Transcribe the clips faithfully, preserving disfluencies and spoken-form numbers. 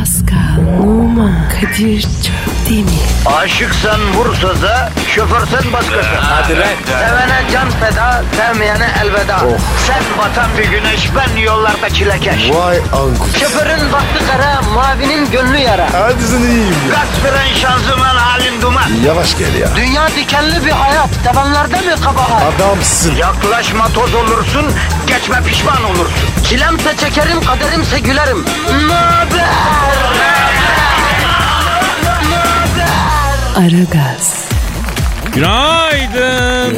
Pascal, Oman, Kadir çok değil mi? Aşıksan vursa da, şoförsen başkasın. Hadi lan. Sevene can feda, sevmeyene elveda. Oh. Sen batan bir güneş, ben yollarda çilekeş. Vay anku. Şoförün baktı kara, mavinin gönlü yara. Hadi sen iyiyim ya. Kasperen şanzıman halin duman. Yavaş gel ya. Dünya dikenli bir hayat, sevenlerde mi kabahar? Adamsın. Yaklaşma toz olursun, geçme pişman olursun. Çilemse çekerim, kaderimse gülerim. Möber! Aragaz, Günaydın.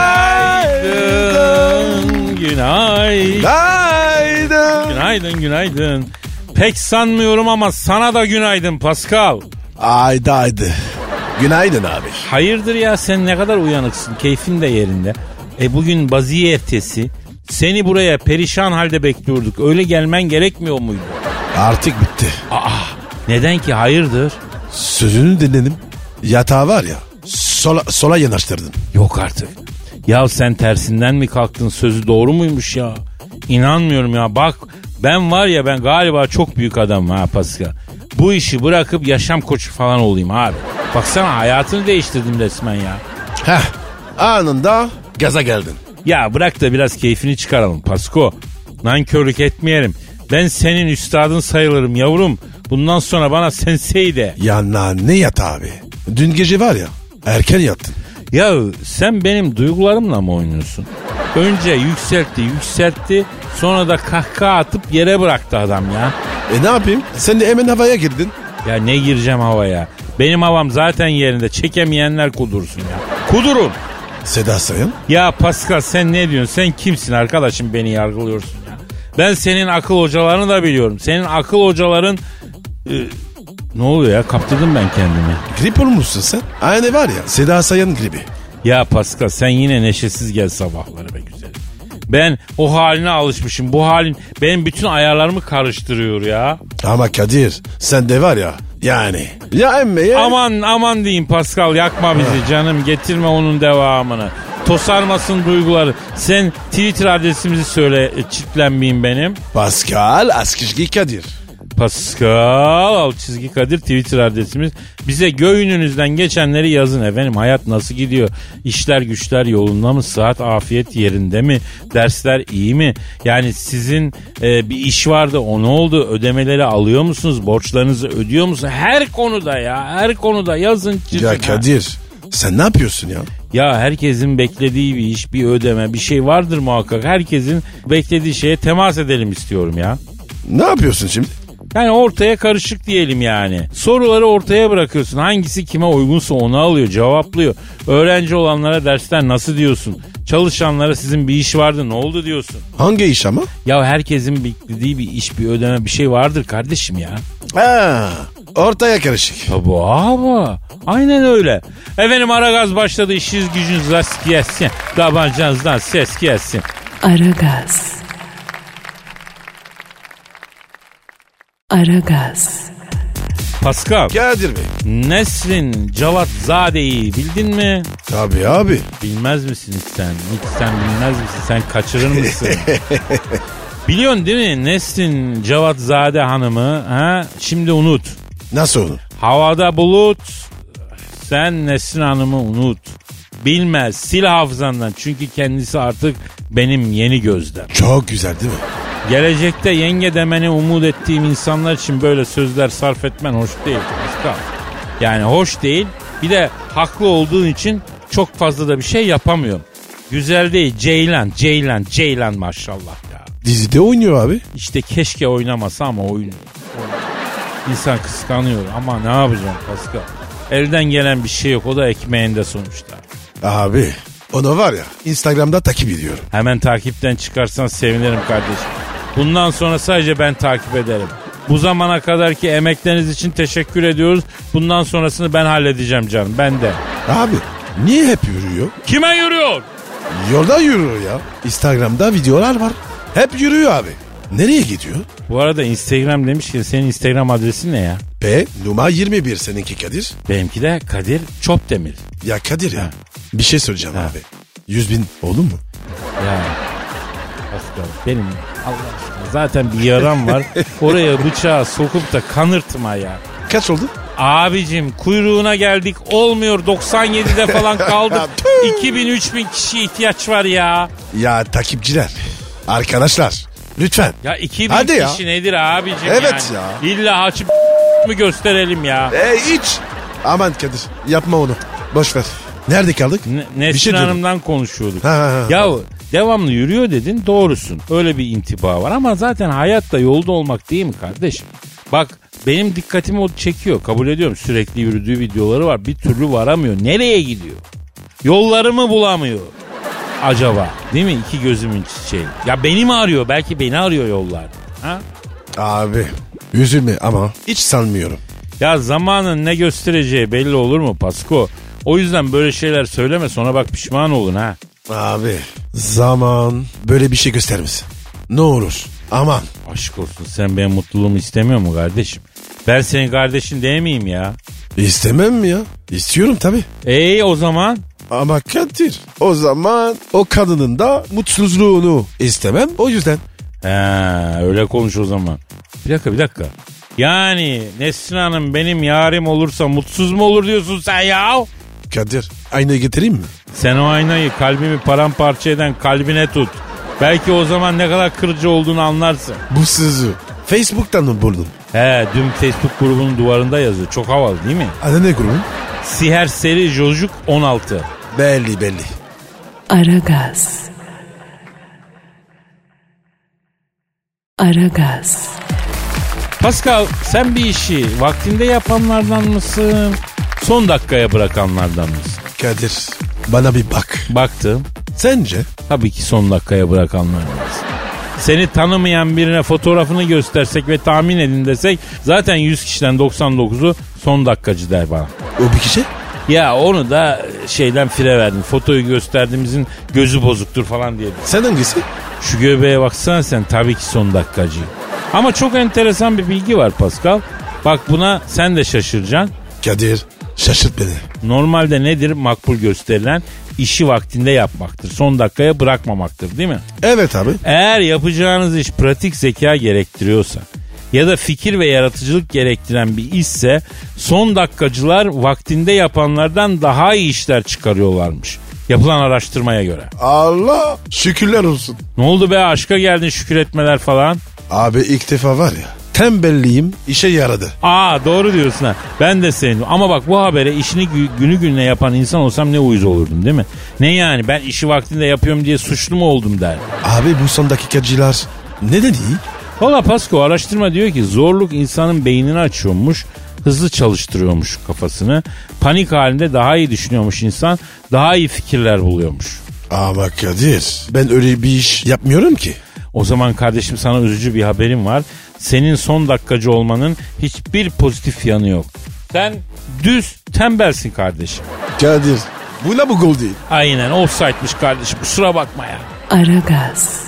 Günaydın. Günaydın. Günaydın. Günaydın, günaydın. Pek sanmıyorum ama sana da günaydın Pascal. Haydi haydi. Günaydın abi. Hayırdır ya, sen ne kadar uyanıksın, keyfin de yerinde. E bugün baziye ertesi. Seni buraya perişan halde bekliyorduk. Öyle gelmen gerekmiyor muydu? Artık bitti. Aa, neden ki, hayırdır? Sözünü dinledim. Yatağı var ya, sola, sola yanaştırdın. Yok artık. Ya sen tersinden mi kalktın, sözü doğru muymuş ya? İnanmıyorum ya, bak ben var ya, ben galiba çok büyük adamım ha Pascal. Bu işi bırakıp yaşam koçu falan olayım abi. Baksana, hayatını değiştirdim resmen ya. Heh, anında gaza geldin. Ya bırak da biraz keyfini çıkaralım Pasko. Nankörlük etmeyelim. Ben senin üstadın sayılırım yavrum. Bundan sonra bana sensei de. Ya na, ne yatağı abi? Dün gece var ya, erken yattın. Ya sen benim duygularımla mı oynuyorsun? Önce yükseltti yükseltti, sonra da kahkaha atıp yere bıraktı adam ya. E ne yapayım? Sen de hemen havaya girdin. Ya ne gireceğim havaya? Benim havam zaten yerinde, çekemeyenler kudursun ya. Kudurun. Seda Sayan. Ya Pascal, sen ne diyorsun? Sen kimsin arkadaşım, beni yargılıyorsun ya? Ben senin akıl hocalarını da biliyorum. Senin akıl hocaların... E, ne oluyor ya? Kaptırdım ben kendimi. Grip olmuşsun sen. Aynı var ya, Seda Sayan gribi. Ya Pascal, sen yine neşesiz gel sabahları be güzelim. Ben o haline alışmışım. Bu halin benim bütün ayarlarımı karıştırıyor ya. Ama Kadir, sen de var ya, yani. Ya emme ya. Aman aman diyeyim Pascal, yakma bizi canım, getirme onun devamını. Tosarmasın duyguları. Sen Twitter adresimizi söyle, çitlenmeyeyim benim. Pascal Askışki Kadir. Pascal alt çizgi Kadir Twitter adresimiz. Bize göğününüzden geçenleri yazın efendim. Hayat nasıl gidiyor? İşler güçler yolunda mı? Sıhhat afiyet yerinde mi? Dersler iyi mi? Yani sizin e, bir iş vardı, o ne oldu? Ödemeleri alıyor musunuz? Borçlarınızı ödüyor musunuz? Her konuda ya, her konuda yazın çizin. Ya Kadir, sen ne yapıyorsun ya? Ya herkesin beklediği bir iş, bir ödeme, bir şey vardır muhakkak. Herkesin beklediği şeye temas edelim istiyorum ya. Ne yapıyorsun şimdi? Yani ortaya karışık diyelim yani. Soruları ortaya bırakıyorsun. Hangisi kime uygunsa onu alıyor, cevaplıyor. Öğrenci olanlara dersler nasıl diyorsun? Çalışanlara sizin bir iş vardı, ne oldu diyorsun. Hangi iş ama? Ya herkesin beklediği bir iş, bir ödeme, bir şey vardır kardeşim ya. Ha, ortaya karışık. Tabii abi. Aynen öyle. Efendim, Aragaz başladı. İşiniz gücünüz rast gelsin. Tabancanızdan ses gelsin. Aragaz. Aragaz. Pascal. Kadir Bey. Nesrin Cevatzade'yi bildin mi? Tabii abi. Bilmez misin sen? Hiç sen bilmez misin? Sen kaçırır mısın? Biliyorsun değil mi? Nesrin Cevatzade hanımı. Ha? Şimdi unut. Nasıl onu? Havada bulut. Sen Nesrin hanımı unut. Bilmez. Sil hafızandan. Çünkü kendisi artık benim yeni gözdem. Çok güzel değil mi? Gelecekte yenge demeni umut ettiğim insanlar için böyle sözler sarf etmen hoş değil. Yani hoş değil. Bir de haklı olduğun için çok fazla da bir şey yapamıyorum. Güzel değil. Ceylan, Ceylan, Ceylan maşallah ya. Dizide oynuyor abi. İşte keşke oynamasa ama oynuyor. İnsan kıskanıyor ama ne yapacağım Pascal? Elden gelen bir şey yok. O da ekmeğinde sonuçta. Abi onu var ya, Instagram'da takip ediyorum. Hemen takipten çıkarsan sevinirim kardeşim. Bundan sonra sadece ben takip ederim. Bu zamana kadarki emekleriniz için teşekkür ediyoruz. Bundan sonrasını ben halledeceğim canım. Ben de. Abi niye hep yürüyor? Kime yürüyor? Yolda yürüyor ya. Instagram'da videolar var. Hep yürüyor abi. Nereye gidiyor? Bu arada Instagram demiş ki, senin Instagram adresin ne ya? P numara yirmi bir seninki Kadir. Benimki de Kadir Çopdemir. Ya Kadir ya. Ha. Bir şey söyleyeceğim Ha. abi. Yüz bin olur mu? Ya Pascal, Pascal. Benim Allah aşkına zaten bir yaram var. Oraya bıçağı sokup da kanırtma ya. Kaç oldu? Abicim kuyruğuna geldik olmuyor, doksan yedide falan kaldık. iki bin üç bin kişiye ihtiyaç var ya. Ya takipçiler, arkadaşlar lütfen. Ya iki bin Hadi kişi ya. nedir abicim Evet yani? ya. İlla açıp mı gösterelim ya? E hiç. Aman Kadir yapma onu. Boş ver. Nerede kaldık? Ne, Bir Nesrin şey diyordum. Hanım'dan konuşuyorduk. Ha, ha, ha. Ya devamlı yürüyor dedin, doğrusun. Öyle bir intiba var ama zaten hayatta yolda olmak değil mi kardeşim? Bak benim dikkatimi o çekiyor, kabul ediyorum. Sürekli yürüdüğü videoları var, bir türlü varamıyor. Nereye gidiyor? Yollarımı bulamıyor acaba, değil mi? İki gözümün çiçeği. Ya beni mi arıyor? Belki beni arıyor yollarda. Ha? Abi üzülme ama hiç sanmıyorum. Ya zamanın ne göstereceği belli olur mu Pasko? O yüzden böyle şeyler söyleme, sonra bak pişman olun ha. Abi zaman böyle bir şey göstermesin. Ne olur aman. Aşk olsun, sen benim mutluluğumu istemiyor mu kardeşim? Ben senin kardeşin değil miyim ya? İstemem mi ya? İstiyorum tabii. Ey o zaman? Ama Kadir o zaman o kadının da mutsuzluğunu istemem o yüzden. He öyle konuş o zaman. Bir dakika bir dakika. Yani Nesrin Hanım benim yarim olursa mutsuz mu olur diyorsun sen ya? Kadir aynayı getireyim mi? Sen o aynayı kalbimi paramparça eden kalbine tut. Belki o zaman ne kadar kırıcı olduğunu anlarsın. Bu sözü Facebook'tan mı buldun? He dün Facebook grubunun duvarında yazıyor. Çok havalı değil mi? Adı ne grubun? Siher Seri Çocuk on altı. Belli belli. Aragaz. Aragaz. Pascal sen bir işi vaktinde yapanlardan mısın? Son dakikaya bırakanlardan mısın? Kadir bana bir bak. Baktım. Sence? Tabii ki son dakikaya bırakanlardansın. Seni tanımayan birine fotoğrafını göstersek ve tahmin edin desek zaten yüz kişiden doksan dokuzu son dakikacı der bana. O bir kişi? Ya onu da şeyden fire verdim. Fotoyu gösterdiğimizin gözü bozuktur falan diye. Sen hangisi? Şu göbeğe baksana sen, tabii ki son dakikacı. Ama çok enteresan bir bilgi var Pascal. Bak buna sen de şaşıracaksın. Kadir şaşırt beni. Normalde nedir makbul gösterilen? İşi vaktinde yapmaktır. Son dakikaya bırakmamaktır değil mi? Evet abi. Eğer yapacağınız iş pratik zeka gerektiriyorsa ya da fikir ve yaratıcılık gerektiren bir işse son dakikacılar vaktinde yapanlardan daha iyi işler çıkarıyorlarmış. Yapılan araştırmaya göre. Allah şükürler olsun. Ne oldu be, aşka geldin şükür etmeler falan? Abi ilk defa var ya tembelliğim işe yaradı. Aa doğru diyorsun ha. Ben de sevindim. Ama bak bu habere işini gü- günü gününe yapan insan olsam ne uyuz olurdum değil mi? Ne yani ben işi vaktinde yapıyorum diye suçlu mu oldum der. Abi bu son dakikacılar neden iyi? Valla Pasko araştırma diyor ki zorluk insanın beynini açıyormuş. Hızlı çalıştırıyormuş kafasını. Panik halinde daha iyi düşünüyormuş insan. Daha iyi fikirler buluyormuş. Ama Kadir ben öyle bir iş yapmıyorum ki. O zaman kardeşim sana üzücü bir haberim var. Senin son dakikacı olmanın hiçbir pozitif yanı yok. Sen düz tembelsin kardeşim. Kadir bu ne bu gol değil? Aynen offside'miş kardeşim, kusura bakma ya. Aragaz.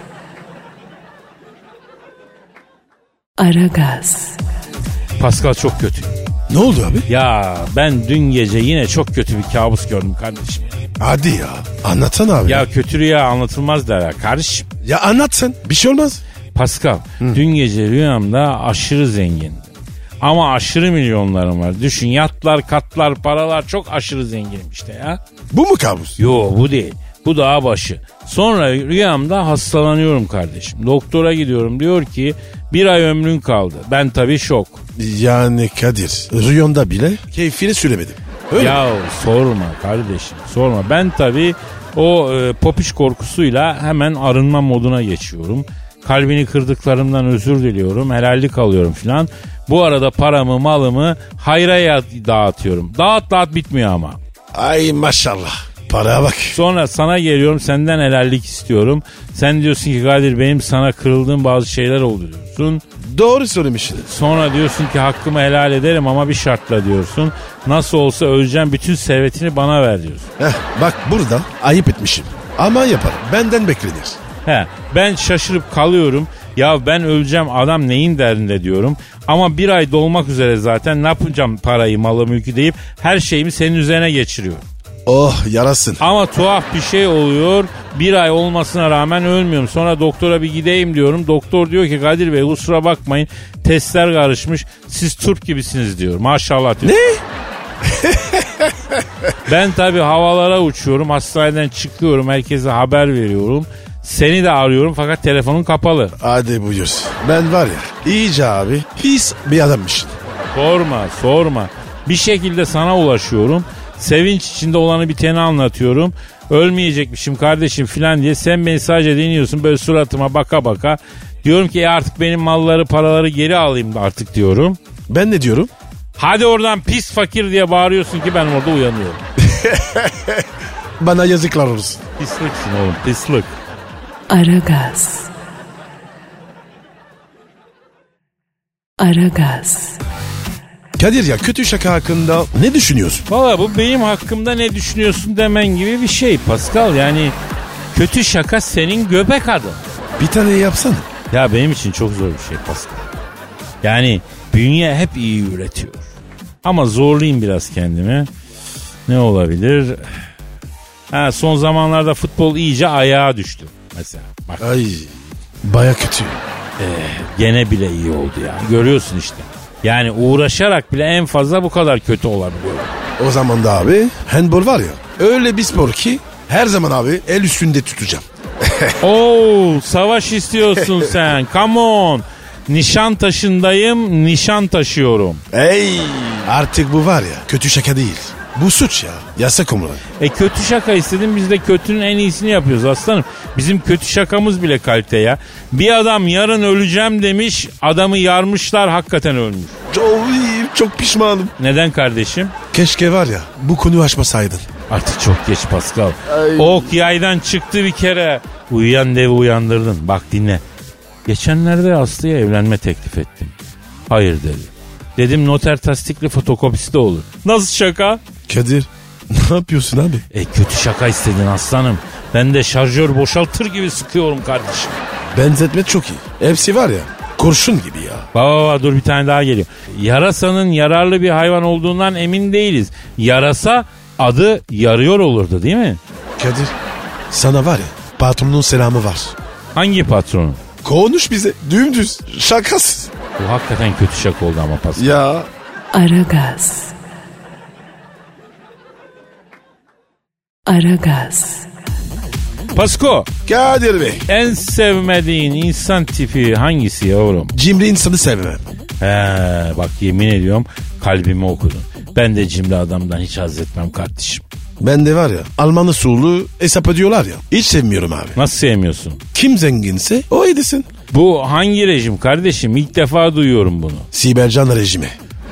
Aragaz. Pascal çok kötü. Ne oldu abi? Ya ben dün gece yine çok kötü bir kabus gördüm kardeşim. Hadi ya anlatsana abi. Ya kötü rüya anlatılmaz derler kardeşim. Ya anlatsın bir şey olmaz. Pascal dün gece rüyamda aşırı zengindim. Ama aşırı milyonlarım var. Düşün, yatlar, katlar, paralar, çok aşırı zenginim işte ya. Bu mu kabus? Yo bu değil. Bu daha başı. Sonra rüyamda hastalanıyorum kardeşim. Doktora gidiyorum, diyor ki bir ay ömrün kaldı. Ben tabii şok. Yani Kadir rüyonda bile keyfini söylemedim. Öyle. Ya sorma kardeşim sorma. Ben tabii o e, popiş korkusuyla hemen arınma moduna geçiyorum. Kalbini kırdıklarımdan özür diliyorum. Helallik alıyorum filan. Bu arada paramı malımı hayra ya- dağıtıyorum. Dağıt dağıt bitmiyor ama. Ay maşallah. Paraya bak. Sonra sana geliyorum, senden helallik istiyorum. Sen diyorsun ki Kadir benim sana kırıldığım bazı şeyler oldu diyorsun. Doğru söylemişsin. Sonra diyorsun ki hakkımı helal ederim ama bir şartla diyorsun. Nasıl olsa öleceğim, bütün servetini bana ver diyorsun. Heh, bak burada ayıp etmişim. Ama yaparım. Benden beklenir. He, ben şaşırıp kalıyorum. Ya ben öleceğim, adam neyin derdinde diyorum. Ama bir ay dolmak üzere zaten, ne yapacağım parayı malı mülkü deyip her şeyimi senin üzerine geçiriyorum. Oh yarasın. Ama tuhaf bir şey oluyor. Bir ay olmasına rağmen ölmüyorum. Sonra doktora bir gideyim diyorum. Doktor diyor ki Kadir Bey kusura bakmayın. Testler karışmış. Siz turp gibisiniz diyor. Maşallah diyor. Ne? Ben tabii havalara uçuyorum. Hastaneden çıkıyorum. Herkese haber veriyorum. Seni de arıyorum fakat telefonun kapalı. Hadi buyur. Ben var ya iyice abi pis bir adammışsın. Sorma sorma. Bir şekilde sana ulaşıyorum. Sevinç içinde olanı biteni anlatıyorum. Ölmeyecekmişim kardeşim filan diye sen beni sadece dinliyorsun böyle suratıma baka baka. Diyorum ki e artık benim malları paraları geri alayım artık diyorum. Ben ne diyorum? Hadi oradan pis fakir diye bağırıyorsun ki ben orada uyanıyorum. Bana yazıklar olsun. Pisliksin oğlum pislik. Aragaz. Aragaz. Kadir ya kötü şaka hakkında ne düşünüyorsun? Valla bu benim hakkımda ne düşünüyorsun demen gibi bir şey Pascal. Yani kötü şaka senin göbek adı. Bir tane yapsana. Ya benim için çok zor bir şey Pascal. Yani bünye hep iyi üretiyor. Ama zorlayayım biraz kendimi. Ne olabilir? Ha, son zamanlarda futbol iyice ayağa düştü. Mesela bak. Ay baya kötü. Ee, gene bile iyi oldu ya. Görüyorsun işte. Yani uğraşarak bile en fazla bu kadar kötü olabiliyor. O zaman da abi handball var ya öyle bir spor ki her zaman abi el üstünde tutacağım. Oo, savaş istiyorsun sen. Come on. Nişantaşı'ndayım, nişan taşıyorum. Hey artık bu var ya kötü şaka değil. Bu suç ya. Yasak olmalı. E kötü şaka istedin biz de kötünün en iyisini yapıyoruz aslanım. Bizim kötü şakamız bile kalite ya. Bir adam yarın öleceğim demiş adamı yarmışlar hakikaten ölmüş. Çok, çok pişmanım. Neden kardeşim? Keşke var ya bu konuyu açmasaydın. Artık çok geç Pascal. Ay. Ok yaydan çıktı bir kere. Uyuyan devi uyandırdın. Bak dinle. Geçenlerde Aslı'ya evlenme teklif ettim. Hayır dedi. Dedim noter tasdikli fotokopisi de olur. Nasıl şaka? Kadir ne yapıyorsun abi? E kötü şaka istedin aslanım. Ben de şarjör boşaltır gibi sıkıyorum kardeşim. Benzetme çok iyi. Hepsi var ya kurşun gibi ya. Baba baba dur bir tane daha geliyor. Yarasanın yararlı bir hayvan olduğundan emin değiliz. Yarasa adı yarıyor olurdu değil mi? Kadir sana var ya patronun selamı var. Hangi patronun? Konuş bize dümdüz şakasız. Bu hakikaten kötü şaka oldu ama Pascal. Ya. Aragaz. Aragaz. Pasko. Kadir Bey. En sevmediğin insan tipi hangisi yavrum? Cimri insanı sevmem. He bak yemin ediyorum kalbimi okudun. Ben de cimri adamdan hiç haz etmem kardeşim. Ben de var ya Alman usulü hesap ediyorlar ya. Hiç sevmiyorum abi. Nasıl sevmiyorsun? Kim zenginse o edesin. Bu hangi rejim kardeşim? İlk defa duyuyorum bunu. Sibelcan rejimi.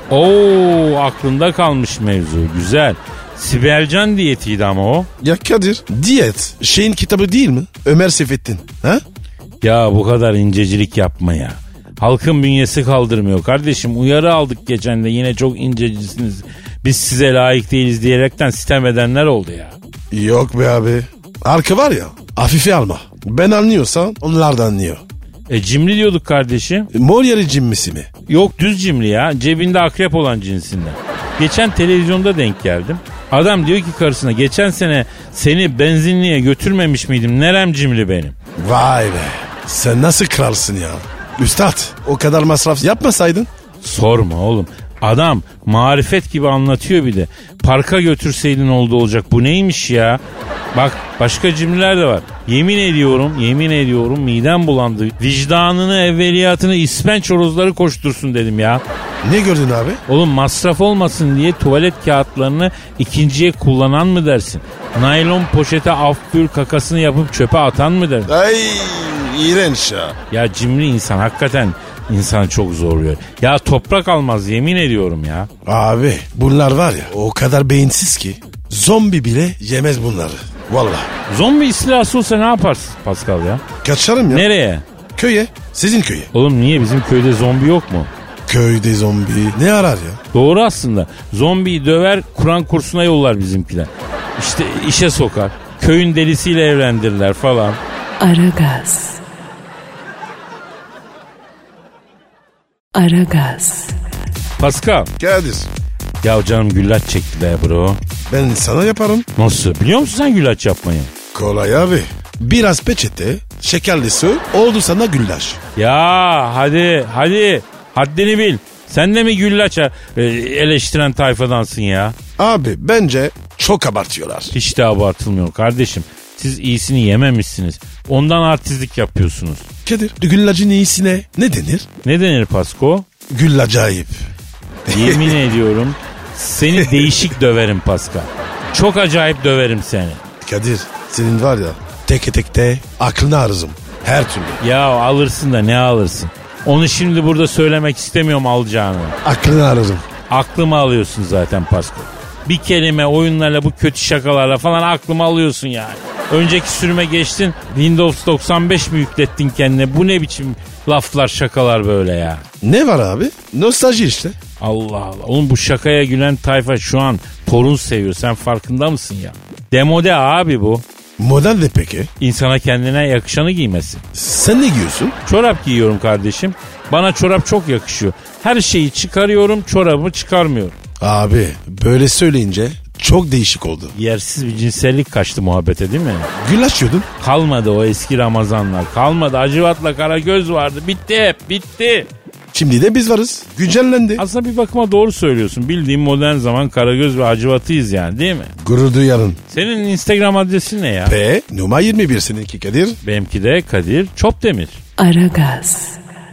Oo aklında kalmış mevzu. Güzel. Sibelcan diyetiydi ama o. Ya Kadir diyet şeyin kitabı değil mi? Ömer Seyfettin. Ha? Ya bu kadar incecilik yapma ya. Halkın bünyesi kaldırmıyor kardeşim. Uyarı aldık geçen de yine çok incecisiniz. Biz size layık değiliz diyerekten sitem edenler oldu ya. Yok be abi. Arka var ya hafife alma. Ben anlıyorsam onlar da anlıyor. E cimri diyorduk kardeşim. Mor yarı cimmisi mi? Yok düz cimri ya. Cebinde akrep olan cinsinden. Geçen televizyonda denk geldim. Adam diyor ki karısına geçen sene seni benzinliğe götürmemiş miydim? Nerem cimri benim? Vay be. Sen nasıl kralsın ya? Üstad o kadar masraf yapmasaydın. Sorma oğlum. Adam marifet gibi anlatıyor bir de. Parka götürseydin oldu olacak. Bu neymiş ya? Bak başka cimriler de var. Yemin ediyorum, yemin ediyorum midem bulandı. Vicdanını, evveliyatını ispenç horozları koştursun dedim ya. Ne gördün abi? Oğlum masraf olmasın diye tuvalet kağıtlarını ikinciye kullanan mı dersin? Naylon poşete afgül kakasını yapıp çöpe atan mı dersin? Ay iğrenç ya. Ya cimri insan hakikaten insanı çok zorluyor. Ya toprak almaz yemin ediyorum ya. Abi bunlar var ya o kadar beyinsiz ki zombi bile yemez bunları. Vallahi. Zombi istilası olsa ne yaparsın Pascal ya? Kaçarım ya. Nereye? Köye. Sizin köye. Oğlum niye bizim köyde zombi yok mu? Köyde zombi ne arar ya? Doğru aslında. Zombiyi döver Kur'an kursuna yollar bizimkiler. İşte işe sokar. Köyün delisiyle evlendirirler falan. Aragaz. Aragaz. Pascal. Kadir. Ya canım güllaç çekti be bro. Ben sana yaparım. Nasıl? Biliyor musun sen güllaç yapmayı? Kolay abi. Biraz peçete, şekerli su, oldu sana güllaç. Ya hadi hadi haddini bil. Sen de mi güllaç e, eleştiren tayfadansın ya? Abi bence çok abartıyorlar. Hiç de abartılmıyor kardeşim. Siz iyisini yememişsiniz. Ondan artistlik yapıyorsunuz. Kadir, güllacın iyisine ne denir? Ne denir Pasko? Güllacayip. Yemin ediyorum seni değişik döverim Pascal. Çok acayip döverim seni. Kadir, senin var ya teke tekte aklını arızım. Her türlü. Ya alırsın da ne alırsın? Onu şimdi burada söylemek istemiyorum alacağını. Aklını ararım. Aklımı alıyorsun zaten Pasko. Bir kelime oyunlarla bu kötü şakalarla falan aklımı alıyorsun yani. Önceki sürüme geçtin Windows doksan beş mi yüklettin kendine? Bu ne biçim laflar şakalar böyle ya? Ne var abi? Nostalji işte. Allah Allah. Oğlum bu şakaya gülen tayfa şu an torun seviyor. Sen farkında mısın ya? Demode abi bu. Model ne peki? İnsana kendine yakışanı giymesi. Sen ne giyiyorsun? Çorap giyiyorum kardeşim. Bana çorap çok yakışıyor. Her şeyi çıkarıyorum, çorabımı çıkarmıyorum. Abi böyle söyleyince çok değişik oldu. Yersiz bir cinsellik kaçtı muhabbete değil mi? Güllaç yiyordun. Kalmadı o eski Ramazanlar. Kalmadı. Hacivat'la Karagöz vardı. Bitti hep. Bitti. Şimdi de biz varız. Güncellendi. Aslında bir bakıma doğru söylüyorsun. Bildiğim modern zaman Karagöz ve Hacivat'ıyız yani değil mi? Gurur duyarım. Senin Instagram adresin ne ya? P numara yirmi bir seninki Kadir. Benimki de Kadir Çopdemir. Aragaz.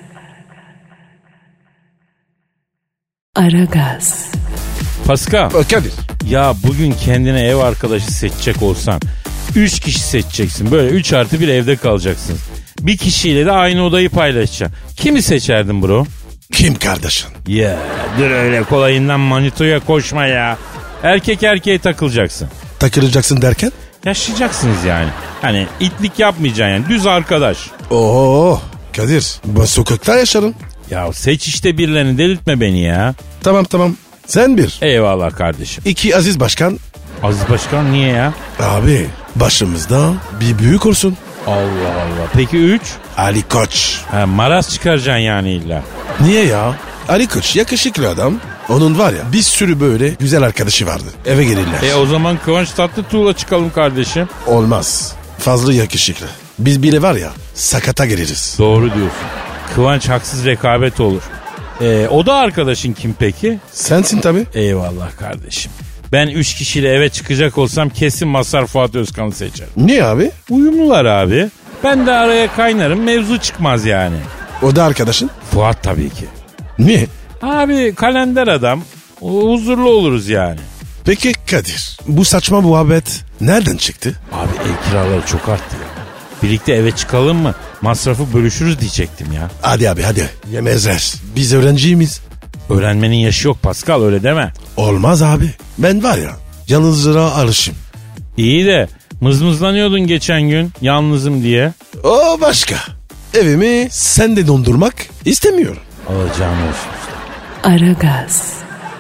Aragaz. Pascal. O Kadir. Ya bugün kendine ev arkadaşı seçecek olsan üç kişi seçeceksin. Böyle üç artı bir evde kalacaksın. Bir kişiyle de aynı odayı paylaşacaksın. Kimi seçerdin bro? Kim kardeşin? Ya dur öyle kolayından manitoya koşma ya. Erkek erkeğe takılacaksın. Takılacaksın derken? Yaşayacaksınız yani. Hani itlik yapmayacaksın yani. Düz arkadaş. Oo Kadir. Ben sokakta yaşarım. Ya seç işte birilerini, delirtme beni ya. Tamam tamam. Sen bir. Eyvallah kardeşim. İki Aziz Başkan. Aziz Başkan niye ya? Abi başımızda bir büyük olsun. Allah Allah. Peki üç? Ali Koç. Ha, maraz çıkaracaksın yani illa. Niye ya? Ali Koç yakışıklı adam. Onun var ya bir sürü böyle güzel arkadaşı vardı. Eve gelirler. E o zaman Kıvanç Tatlıtuğ'la çıkalım kardeşim. Olmaz. Fazla yakışıklı. Biz bile var ya sakata gireriz. Doğru diyorsun. Kıvanç haksız rekabet olur. E, o da arkadaşın kim peki? Sensin tabii. Eyvallah kardeşim. Ben üç kişiyle eve çıkacak olsam kesin Mazhar Fuat Özkan'ı seçerim. Niye abi? Uyumlular abi. Ben de araya kaynarım, mevzu çıkmaz yani. O da arkadaşın. Fuat tabii ki. Niye? Abi kalender adam. Huzurlu oluruz yani. Peki Kadir, bu saçma muhabbet nereden çıktı? Abi ev kiraları çok arttı ya. Birlikte eve çıkalım mı? Masrafı bölüşürüz diyecektim ya. Hadi abi hadi. Yemezler. Biz öğrenciyiz. Öğrenmenin yaşı yok Pascal, öyle deme. Olmaz abi. Ben var ya yalnızlığa alışım. İyi de mızmızlanıyordun geçen gün yalnızım diye. O başka. Evimi sen de dondurmak istemiyorum. Alacağım olsun. Aragaz.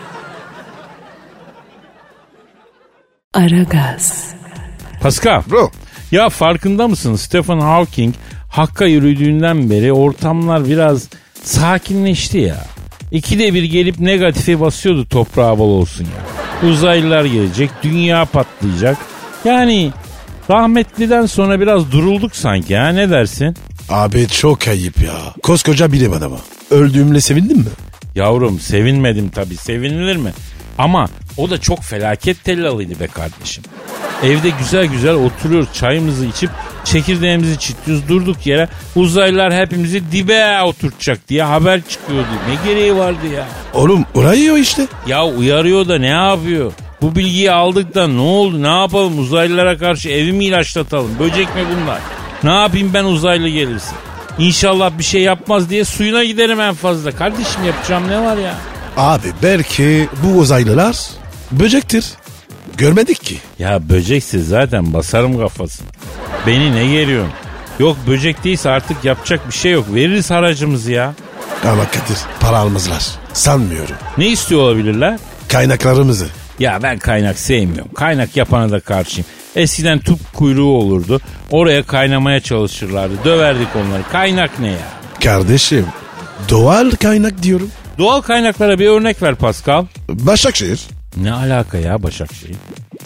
Aragaz. Pascal. Bro. Ya farkında mısın? Stephen Hawking Hakk'a yürüdüğünden beri ortamlar biraz sakinleşti ya. İkide bir gelip negatife basıyordu toprağa bal olsun ya. Uzaylılar gelecek, dünya patlayacak. Yani rahmetliden sonra biraz durulduk sanki ha, ne dersin? Abi çok ayıp ya. Koskoca bilim adamı. Öldüğümle sevindin mi? Yavrum sevinmedim tabii, sevinilir mi? Ama o da çok felaket tellalıydı be kardeşim. Evde güzel güzel oturuyoruz, çayımızı içip çekirdeğimizi çitliyoruz, durduk yere uzaylılar hepimizi dibe oturtacak diye haber çıkıyordu. Ne gereği vardı ya? Oğlum orayı o işte. Ya uyarıyor da ne yapıyor? Bu bilgiyi aldık da ne oldu? Ne yapalım? Uzaylılara karşı evi mi ilaçlatalım? Böcek mi bunlar? Ne yapayım ben uzaylı gelirse? İnşallah bir şey yapmaz diye suyuna giderim en fazla. Kardeşim yapacağım ne var ya? Abi belki bu uzaylılar böcektir. Görmedik ki. Ya böcekse zaten basarım kafasını. Beni ne geriyorsun? Yok böcek değilse artık yapacak bir şey yok. Veririz haracımızı ya. Ama Kadir para almazlar. Sanmıyorum. Ne istiyor olabilirler? Kaynaklarımızı. Ya ben kaynak sevmiyorum. Kaynak yapana da karşıyım. Eskiden tüp kuyruğu olurdu. Oraya kaynamaya çalışırlardı. Döverdik onları. Kaynak ne ya? Kardeşim doğal kaynak diyorum. Doğal kaynaklara bir örnek ver Pascal. Başakşehir. Ne alaka ya Başakşehir?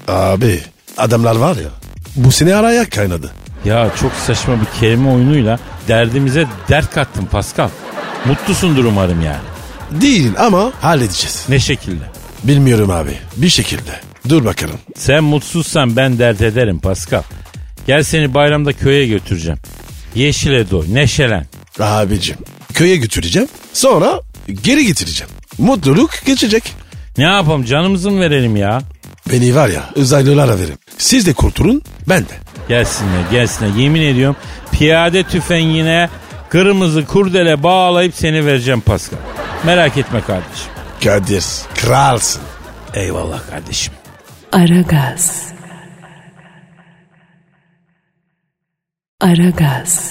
Abi adamlar var ya bu sene araya kaynadı. Ya çok saçma bir kelime oyunuyla derdimize dert kattın Pascal. Mutlusundur umarım yani. Değil ama halledeceğiz. Ne şekilde? Bilmiyorum abi bir şekilde. Dur bakalım. Sen mutsuzsan ben dert ederim Pascal. Gel seni bayramda köye götüreceğim. Yeşile doy, neşelen. Abicim köye götüreceğim sonra geri getireceğim. Mutluluk geçecek. Ne yapalım canımızı mı verelim ya? Beni var ya uzaylılara verin. Siz de kurtulun ben de. Gelsinler gelsinler yemin ediyorum piyade tüfeğine kırmızı kurdele bağlayıp seni vereceğim Pascal. Merak etme kardeşim. Kadir kralsın. Eyvallah kardeşim. Aragaz. Aragaz.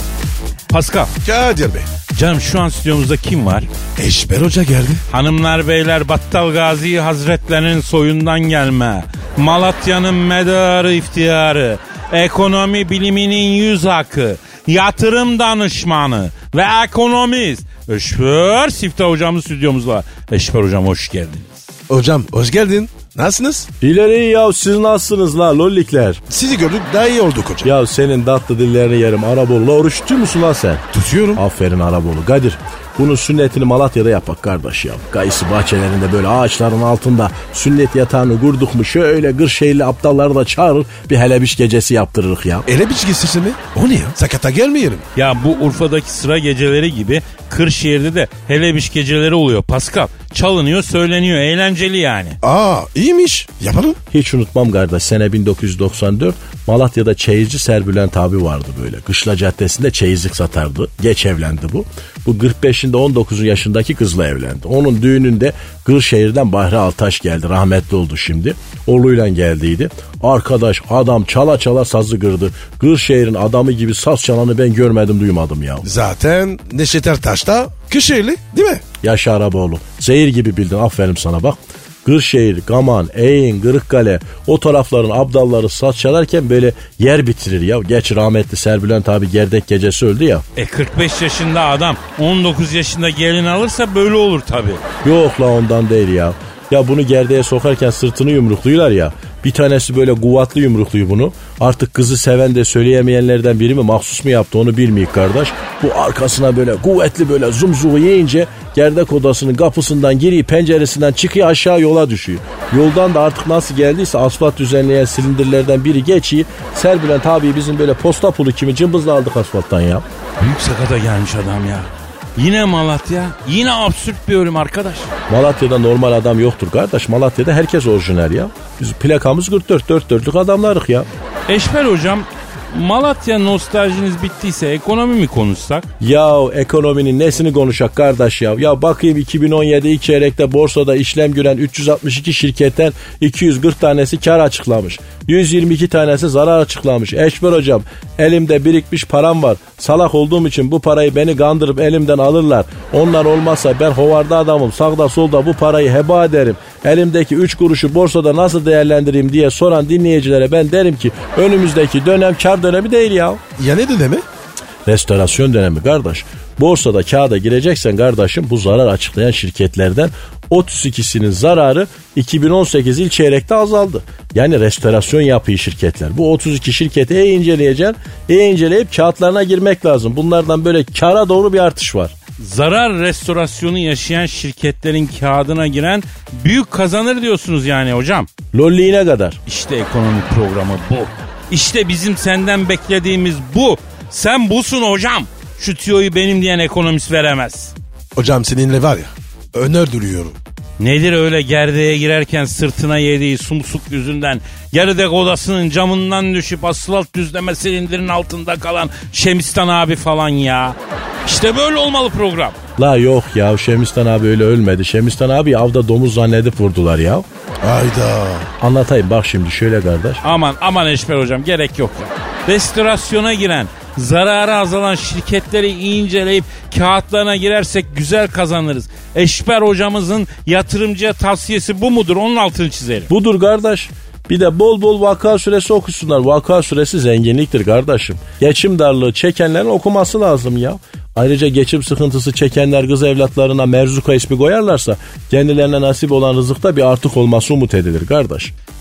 Pascal. Kadir Bey. Canım şu an stüdyomuzda kim var? Eşber Hoca geldi. Hanımlar beyler Battal Gazi Hazretlerinin soyundan gelme. Malatya'nın medarı iftiharı. Ekonomi biliminin yüz akı. Yatırım danışmanı ve ekonomist. Eşber Siftah hocamız stüdyomuzda. Eşber hocam hoş geldiniz. Hocam hoş geldin. Nasılsınız? İleri ya siz nasılsınız la lollikler? Sizi gördük daha iyi olduk hocam. Ya senin tatlı dillerini yerim Arabolu'la oruç tutuyor musun lan sen? Tutuyorum. Aferin Arabolu. Kadir bunun sünnetini Malatya'da yapak kardeş ya. Kayısı bahçelerinde böyle ağaçların altında sünnet yatağını kurduk mu şöyle Kırşehirli aptalları da çağırır bir helebiş gecesi yaptırırız ya. Elebiç geçsesi mi? O ne ya? Sakata gelmeyelim. Ya bu Urfa'daki sıra geceleri gibi Kırşehir'de de helebiş geceleri oluyor Pascal. Çalınıyor söyleniyor eğlenceli yani. Aa iyiymiş yapalım. Hiç unutmam kardeş sene bin dokuz yüz doksan dört Malatya'da çeyizci Serbülent abi vardı böyle. Kışla Caddesi'nde çeyizlik satardı. Geç evlendi bu. Bu kırk beşinde on dokuz yaşındaki kızla evlendi. Onun düğününde Kırşehir'den Bahri Altaş geldi. Rahmetli oldu şimdi. Oğluyla geldiydi. Arkadaş adam çala çala sazı kırdı. Kırşehir'in adamı gibi saz çalanı ben görmedim duymadım ya. Zaten Neşet Ertaş da Kırşehirli değil mi? Yaşa Araboğlu. Zehir gibi bildin aferin sana bak. Kırşehir, Gaman, Eğin, Kırıkkale o tarafların abdalları saz çalarken böyle yer bitirir ya. Geç rahmetli Serbülent abi gerdek gecesi öldü ya. E kırk beş yaşında adam on dokuz yaşında gelin alırsa böyle olur tabii. Yok la ondan değil ya. Ya bunu gerdeğe sokarken sırtını yumrukluyorlar ya. Bir tanesi böyle kuvvetli yumrukluyor bunu. Artık kızı seven de söyleyemeyenlerden biri mi mahsus mu yaptı onu bilmeyik kardeş. Bu arkasına böyle kuvvetli böyle zumzuğu yiyince gerdek odasının kapısından giriyor penceresinden çıkıyor aşağı yola düşüyor. Yoldan da artık nasıl geldiyse asfalt düzenleyen silindirlerden biri geçiyor. Serbülent abi bizim böyle posta pulu kimi cımbızla aldık asfalttan ya. Büyük sakata gelmiş adam ya. Yine Malatya. Yine absürt bir ölüm arkadaş. Malatya'da normal adam yoktur kardeş. Malatya'da herkes orijinal ya. Biz plakamız kırk dört dört dörtlük adamlarık ya. Eşber hocam Malatya nostaljiniz bittiyse ekonomi mi konuşsak? Ya ekonominin nesini konuşak kardeş ya. Ya bakayım iki bin on yedi ilk çeyrekte borsada işlem gören üç yüz altmış iki şirketten iki yüz kırk tanesi kar açıklamış. yüz yirmi iki tanesi zarar açıklamış. Eşber hocam elimde birikmiş param var. Salak olduğum için bu parayı beni kandırıp elimden alırlar. Onlar olmazsa ben hovarda adamım. Sağda solda bu parayı heba ederim. Elimdeki üç kuruşu borsada nasıl değerlendireyim diye soran dinleyicilere ben derim ki önümüzdeki dönem kar dönemi değil ya. Ya ne dönemi? Restorasyon dönemi kardeş. Borsada kağıda gireceksen kardeşim bu zarar açıklayan şirketlerden otuz ikisinin zararı iki bin on sekiz yıl çeyrekte azaldı. Yani restorasyon yapıyor şirketler. Bu otuz iki şirketi iyi inceleyeceksin. İyi inceleyip kağıtlarına girmek lazım. Bunlardan böyle kara doğru bir artış var. Zarar restorasyonu yaşayan şirketlerin kağıdına giren büyük kazanır diyorsunuz yani hocam. Lolliğine kadar. İşte ekonomi programı bu. İşte bizim senden beklediğimiz bu. Sen busun hocam. Şu tüyoyu benim diyen ekonomist veremez. Hocam seninle var ya öner duyuyorum. Nedir öyle gerdeğe girerken sırtına yediği sumsuk yüzünden gerdek odasının camından düşüp asfalt düzleme silindirin altında kalan Şemistan abi falan ya. İşte böyle olmalı program. La yok ya Şemistan abi öyle ölmedi. Şemistan abi avda domuz zannedip vurdular ya. Hayda. Anlatayım bak şimdi şöyle kardeş. Aman aman Eşber hocam gerek yok ya. Restorasyona giren zararı azalan şirketleri inceleyip kağıtlarına girersek güzel kazanırız. Eşber hocamızın yatırımcıya tavsiyesi bu mudur? Onun altını çizelim. Budur kardeş. Bir de bol bol vaka süresi okusunlar. Vaka süresi zenginliktir kardeşim. Geçim darlığı çekenlerin okuması lazım ya. Ayrıca geçim sıkıntısı çekenler kız evlatlarına Merzuka ismi koyarlarsa kendilerine nasip olan rızıkta bir artık olması umut edilir kardeş.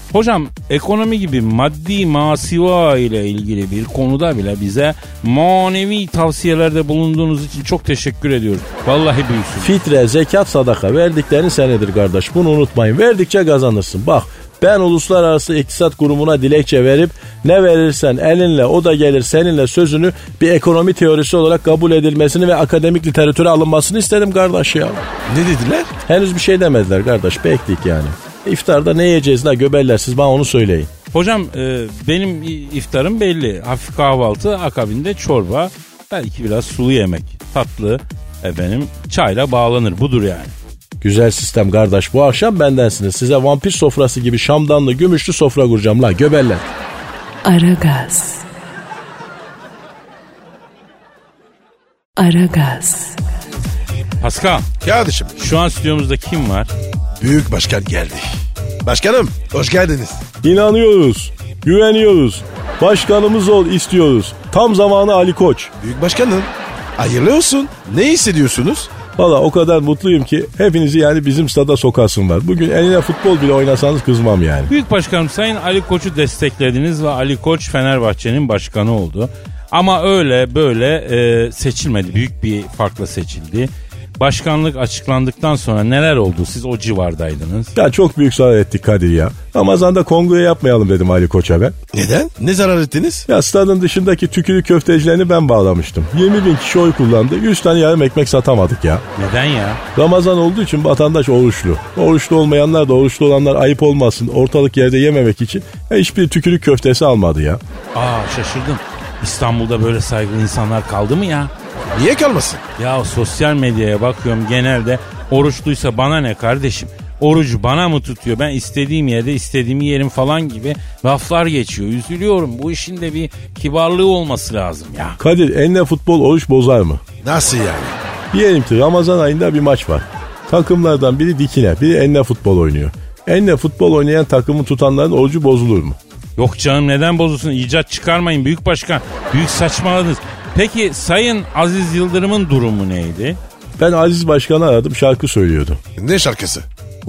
Hocam ekonomi gibi maddi masiva ile ilgili bir konuda bile bize manevi tavsiyelerde bulunduğunuz için çok teşekkür ediyoruz. Vallahi büyüksün. Fitre, zekat, sadaka verdiklerin senedir kardeş. Bunu unutmayın. Verdikçe kazanırsın. Bak ben Uluslararası İktisat Kurumu'na dilekçe verip ne verirsen elinle o da gelir seninle sözünü bir ekonomi teorisi olarak kabul edilmesini ve akademik literatüre alınmasını istedim kardeş ya. Ne dediler? Henüz bir şey demediler kardeş. Bekleyik yani. İftarda ne yiyeceğiz la göbeller siz bana onu söyleyin. Hocam e, benim iftarım belli. Hafif kahvaltı, akabinde çorba, belki biraz sulu yemek. Tatlı, efendim çayla bağlanır, budur yani. Güzel sistem kardeş. Bu akşam bendensiniz. Size vampir sofrası gibi şamdanlı gümüşlü sofra kuracağım la göbeller. Aragaz. Aragaz. Pascal, Kardeşim, şu an stüdyomuzda kim var? büyük başkan geldi. Başkanım, hoş geldiniz. İnanıyoruz, güveniyoruz. Başkanımız ol istiyoruz. Tam zamanı Ali Koç. Büyük başkanım, hayırlı olsun. Ne hissediyorsunuz? Valla o kadar mutluyum ki hepinizi yani bizim stada sokasım var. Bugün eline futbol bile oynasanız kızmam yani. Büyük başkanım, Sayın Ali Koç'u desteklediniz ve Ali Koç Fenerbahçe'nin başkanı oldu. Ama öyle böyle e, seçilmedi. Büyük bir farkla seçildi. Başkanlık açıklandıktan sonra neler oldu? Siz o civardaydınız. Ya çok büyük zarar ettik Kadir ya. Ramazan'da kongre yapmayalım dedim Ali Koç'a ben. Neden? Ne zarar ettiniz? Ya stadın dışındaki tükürük köftecilerini ben bağlamıştım. yirmi bin kişi oy kullandı. yüz tane yarım ekmek satamadık ya. Neden ya? Ramazan olduğu için vatandaş oruçlu. Oruçlu olmayanlar da oruçlu olanlar ayıp olmasın. Ortalık yerde yememek için hiçbir tükürük köftesi almadı ya. Aa, şaşırdım. İstanbul'da böyle saygılı insanlar kaldı mı ya? Niye kalmasın? Ya sosyal medyaya bakıyorum, genelde oruçluysa bana ne kardeşim? Orucu bana mı tutuyor? Ben istediğim yerde istediğimi yerim falan gibi laflar geçiyor. Üzülüyorum. Bu işin de bir kibarlığı olması lazım ya. Kadir, eline futbol oruç bozar mı? Nasıl yani? Diyelim ki Ramazan ayında bir maç var. Takımlardan biri dikine, biri eline futbol oynuyor. Eline futbol oynayan takımı tutanların orucu bozulur mu? Yok canım, neden bozulsun? İcat çıkarmayın büyük başkan. Büyük saçmaladınız. Peki Sayın Aziz Yıldırım'ın durumu neydi? Ben Aziz Başkan'ı aradım, şarkı söylüyordu. Ne şarkısı?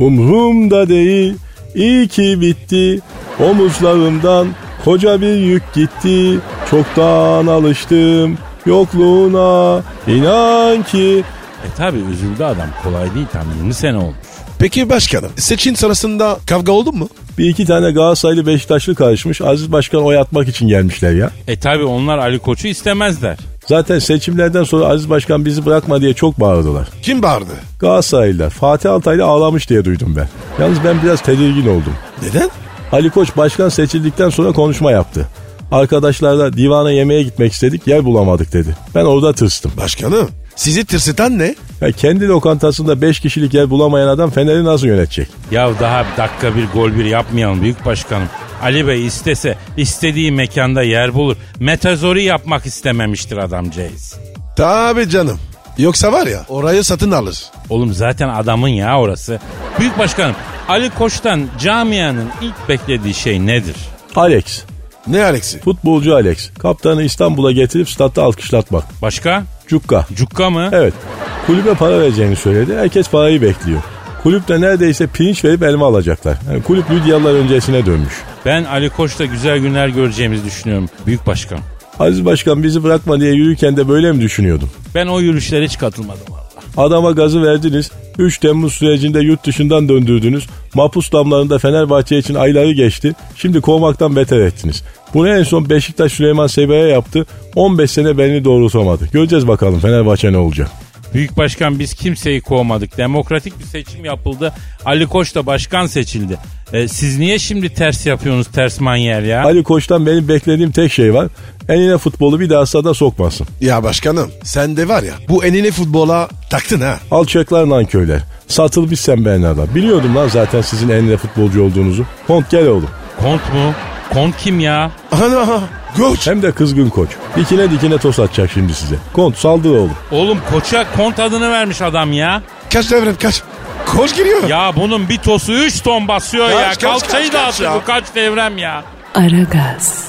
Umrumda değil, iyi ki bitti. Omuzlarımdan koca bir yük gitti. Çoktan alıştım yokluğuna, inan ki. E tabi üzüldü adam, kolay değil, tam yirmi sene olmuş. Peki başkanım, seçim sırasında kavga oldu mu? Bir iki tane Galatasaraylı Beşiktaşlı karışmış, Aziz Başkan oy atmak için gelmişler ya. E tabi onlar Ali Koç'u istemezler. Zaten seçimlerden sonra Aziz Başkan bizi bırakma diye çok bağırdılar. Kim bağırdı? Galatasaraylılar. Fatih Altaylı ağlamış diye duydum ben. Yalnız ben biraz tedirgin oldum. Neden? Ali Koç başkan seçildikten sonra konuşma yaptı. Arkadaşlarla divana yemeğe gitmek istedik, yer bulamadık dedi. Ben orada tırstım. Başkanım, sizi tırsıtan ne? Ya kendi lokantasında beş kişilik yer bulamayan adam Fener'i nasıl yönetecek? Ya daha dakika bir gol bir yapmayalım büyük başkanım. Ali Bey istese istediği mekanda yer bulur. Metazori yapmak istememiştir adamcağız. Tabii canım. Yoksa var ya, orayı satın alır. Oğlum zaten adamın ya orası. Büyük başkanım, Ali Koç'tan camianın ilk beklediği şey nedir? Alex. Ne Alex'i? Futbolcu Alex. Kaptanı İstanbul'a getirip statta alkışlatmak. Başka? Cukka. Cukka mı? Evet. Kulübe para vereceğini söyledi. Herkes parayı bekliyor. Kulüpte neredeyse pirinç verip elma alacaklar. Yani kulüp Lidyalılar öncesine dönmüş. Ben Ali Koç'ta güzel günler göreceğimizi düşünüyorum büyük başkan. Aziz Başkan bizi bırakma diye yürürken de böyle mi düşünüyordun? Ben o yürüyüşlere hiç katılmadım valla. Adama gazı verdiniz. üç Temmuz sürecinde yurt dışından döndürdünüz. Mahpus damlarında Fenerbahçe için ayları geçti. Şimdi kovmaktan beter ettiniz. Bunu en son Beşiktaş Süleyman Seba'ya yaptı. on beş sene belini doğrultamadı. Göreceğiz bakalım Fenerbahçe ne olacak. Büyük başkan, biz kimseyi kovmadık. Demokratik bir seçim yapıldı. Ali Koç da başkan seçildi. Ee, siz niye şimdi ters yapıyorsunuz, ters manyer ya? Ali Koç'tan benim beklediğim tek şey var. Enine futbolu bir daha sahada sokmasın. Ya başkanım, sen de var ya, bu enine futbola taktın ha. Alçaklar nanköyler. Satılmış sen Bernar'da. Biliyordum lan zaten sizin enine futbolcu olduğunuzu. Kont gel oğlum. Kont mu? Kont kim ya? Ana, Koç. Hem de kızgın Koç. Dikine dikine toz atacak şimdi size. Kont saldır oğlum. Oğlum Koç'a Kont adını vermiş adam ya. Kaç devrem kaç. Koç giriyor. Ya bunun bir tosu üç ton basıyor Kaç, ya. kaç, Kalçayı kaç, da kaç attı ya. bu, kaç devrem ya. Aragaz.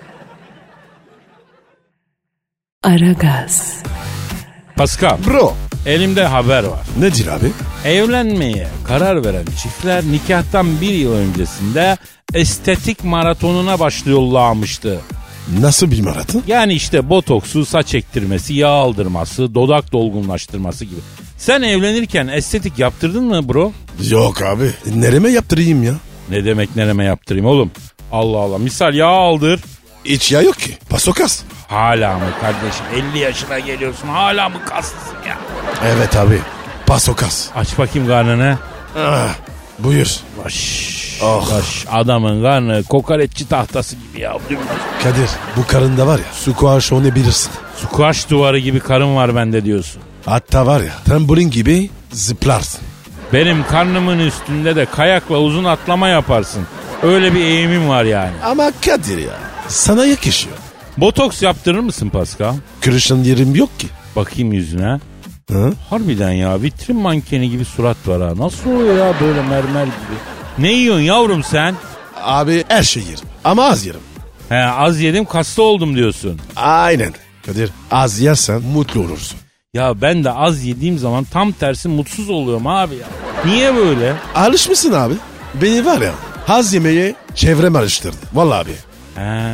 Aragaz. Pascal, Bro, Elimde haber var. Nedir abi? Evlenmeye karar veren çiftler nikahtan bir yıl öncesinde estetik maratonuna başlıyorlarmıştı. Nasıl bir maraton? Yani işte botoksu, saç ektirmesi, yağ aldırması, dudak dolgunlaştırması gibi. Sen evlenirken estetik yaptırdın mı bro? Yok abi. Nereme yaptırayım ya? Ne demek nereme yaptırayım oğlum? Allah Allah. Misal yağ aldır. Hiç yağ yok ki. Pasokas. Hala mı kardeşim? elli yaşına geliyorsun hala mı kaslısın ya? Evet abi. Pasokas. Aç bakayım karnını. Ah, buyur. Baş, Oh. baş. Adamın karnı kokoreççi tahtası gibi ya. Kadir bu karında var ya squash onu bilirsin. Squash duvarı gibi karın var bende diyorsun. Hatta var ya trambolin gibi zıplarsın. Benim karnımın üstünde de kayakla uzun atlama yaparsın. Öyle bir eğimim var yani. Ama Kadir ya sana yakışıyor. Botoks yaptırır mısın Pascal? Kırışan yerim yok ki. Bakayım yüzüne. Hı? Harbiden ya vitrin mankeni gibi surat var ha. Nasıl oluyor ya böyle mermer gibi? Ne yiyorsun yavrum sen? Abi her şey yerim ama az yerim. He, az yedim kaslı oldum diyorsun. Aynen. Kadir az yersen mutlu olursun. Ya ben de az yediğim zaman tam tersi mutsuz oluyorum abi ya. Niye böyle? Alışmışsın abi. Beni var ya az yemeye çevrem alıştırdı. Vallahi abi. He.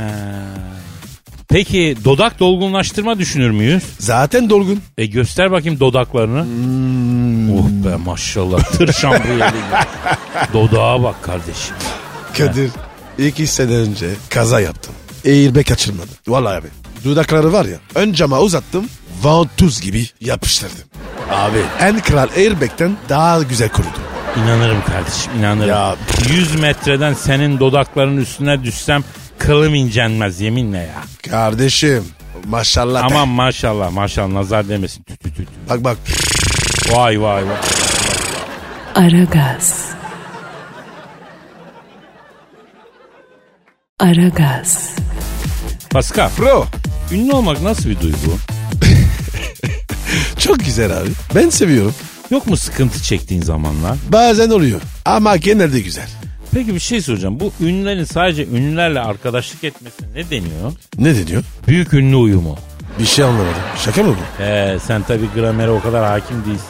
Peki dudak dolgunlaştırma düşünür müyüz? Zaten dolgun. E göster bakayım dodaklarını. Hmm. Oh be maşallah tır şambriyeli gibi. Dodağa bak kardeşim. Kadir iki sene önce kaza yaptım. Airbag açılmadı. Vallahi abi. Dudakları var ya ön cama uzattım. Vantuz gibi yapıştırdım. Abi en kral airbag'ten daha güzel kurudu. İnanırım kardeşim inanırım. Ya. yüz metreden senin dodakların üstüne düşsem kılım incenmez yeminle ya. Kardeşim maşallah. Aman maşallah maşallah nazar demesin. Tü tü tü tü. Bak bak. Vay vay vay. Aragaz. Aragaz. Pascal, Bro. ünlü olmak nasıl bir duygu? Çok güzel abi. Ben seviyorum. Yok mu sıkıntı çektiğin zamanlar? Bazen oluyor ama genelde güzel. Peki bir şey soracağım. Bu ünlülerin sadece ünlülerle arkadaşlık etmesine ne deniyor? Ne deniyor? Büyük ünlü uyumu. Bir şey anlamadım. Şaka mı bu? Ee, sen tabii gramere o kadar hakim değilsin.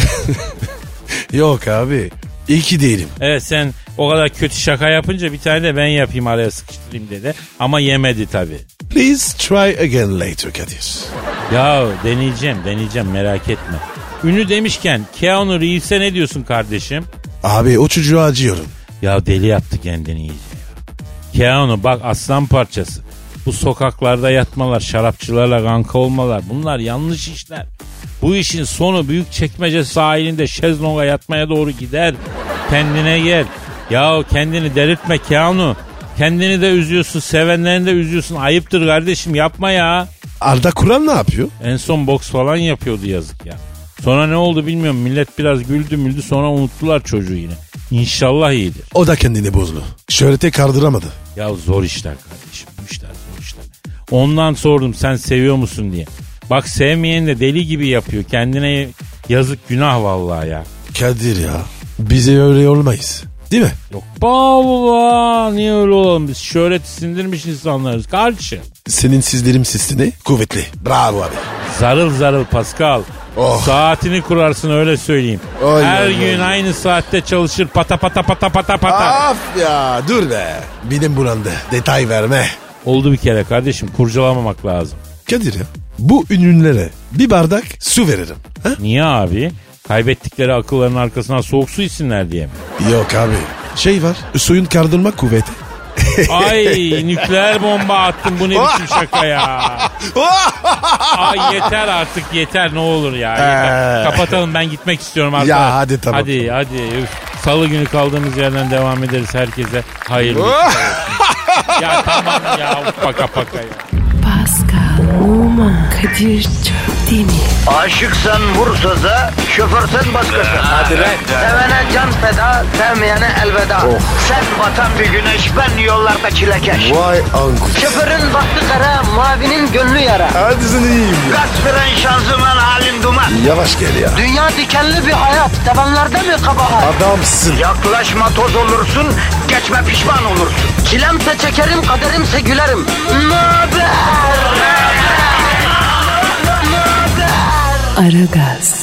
Yok abi. İyi ki değilim. Evet sen o kadar kötü şaka yapınca bir tane de ben yapayım araya sıkıştırayım dedi. Ama yemedi tabii. Please try again later Kadir. Ya deneyeceğim deneyeceğim merak etme. Ünlü demişken Keanu Reeves'e ne diyorsun kardeşim? Abi o çocuğa acıyorum. Ya deli yaptı kendini iyice ya. Keanu bak aslan parçası. Bu sokaklarda yatmalar, şarapçılarla kanka olmalar bunlar yanlış işler. Bu işin sonu Büyükçekmece sahilinde şezlonga yatmaya doğru gider. Kendine gel. Ya kendini delirtme Keanu. Kendini de üzüyorsun, sevenlerini de üzüyorsun. Ayıptır kardeşim yapma ya. Arda Kural ne yapıyor? En son boks falan yapıyordu yazık ya. Sonra ne oldu bilmiyorum. Millet biraz güldü müldü sonra unuttular çocuğu yine. İnşallah iyidir. O da kendini bozdu. Şöhrete kardıramadı. Ya zor işler kardeşim. Bu işler zor işler. Ondan sordum sen seviyor musun diye. Bak sevmeyen de deli gibi yapıyor. Kendine yazık günah vallahi ya. Kadir ya. Bize öyle olmayız. Değil mi? Yok baba niye öyle olalım biz şöhreti sindirmiş insanlarız kardeşim. Senin sizlerim sistini kuvvetli. Bravo abi. Zarıl zarıl Pascal. Oh. Saatini kurarsın öyle söyleyeyim. Oy, Her oy, gün oy. aynı saatte çalışır pata pata pata pata pata. Af ya dur be. Benim bulandı. Detay verme. Oldu bir kere kardeşim kurcalamamak lazım. Kadir ya. Bu ünlülere bir bardak su veririm. Ha? Niye abi? Kaybettikleri akılların arkasına soğuk su içsinler diye mi? Yok abi. Şey var. Suyun kardırma kuvveti. Ay nükleer bomba attın bu ne biçim şaka ya. Ay yeter artık yeter ne olur ya. Yeter. Ee. Kapatalım ben gitmek istiyorum artık. Ya hadi tamam. Hadi hadi. Üf. Salı günü kaldığımız yerden devam ederiz herkese. Hayırlı olsun. Ya tamam ya paka paka ya. Pascal, Oman, Kadir çok değil mi? Aşıksan vursa da şoförsen başkasın. Hadi lan. Sevene can feda, sevmeyene elveda. Sen batan bir güneş, ben yollarda çilekeş. Vay anku. Şoförün baktı kara, mavinin gönlü yara. Hadi sen iyiyim ya. Kasperen şanzıman halin duman. Yavaş gel ya. Dünya dikenli bir hayat, sevenlerde mi kabahar? Adamsın. Yaklaşma toz olursun, geçme pişman olursun. Çilemse çekerim, kaderimse gülerim. Möber! Aragaz.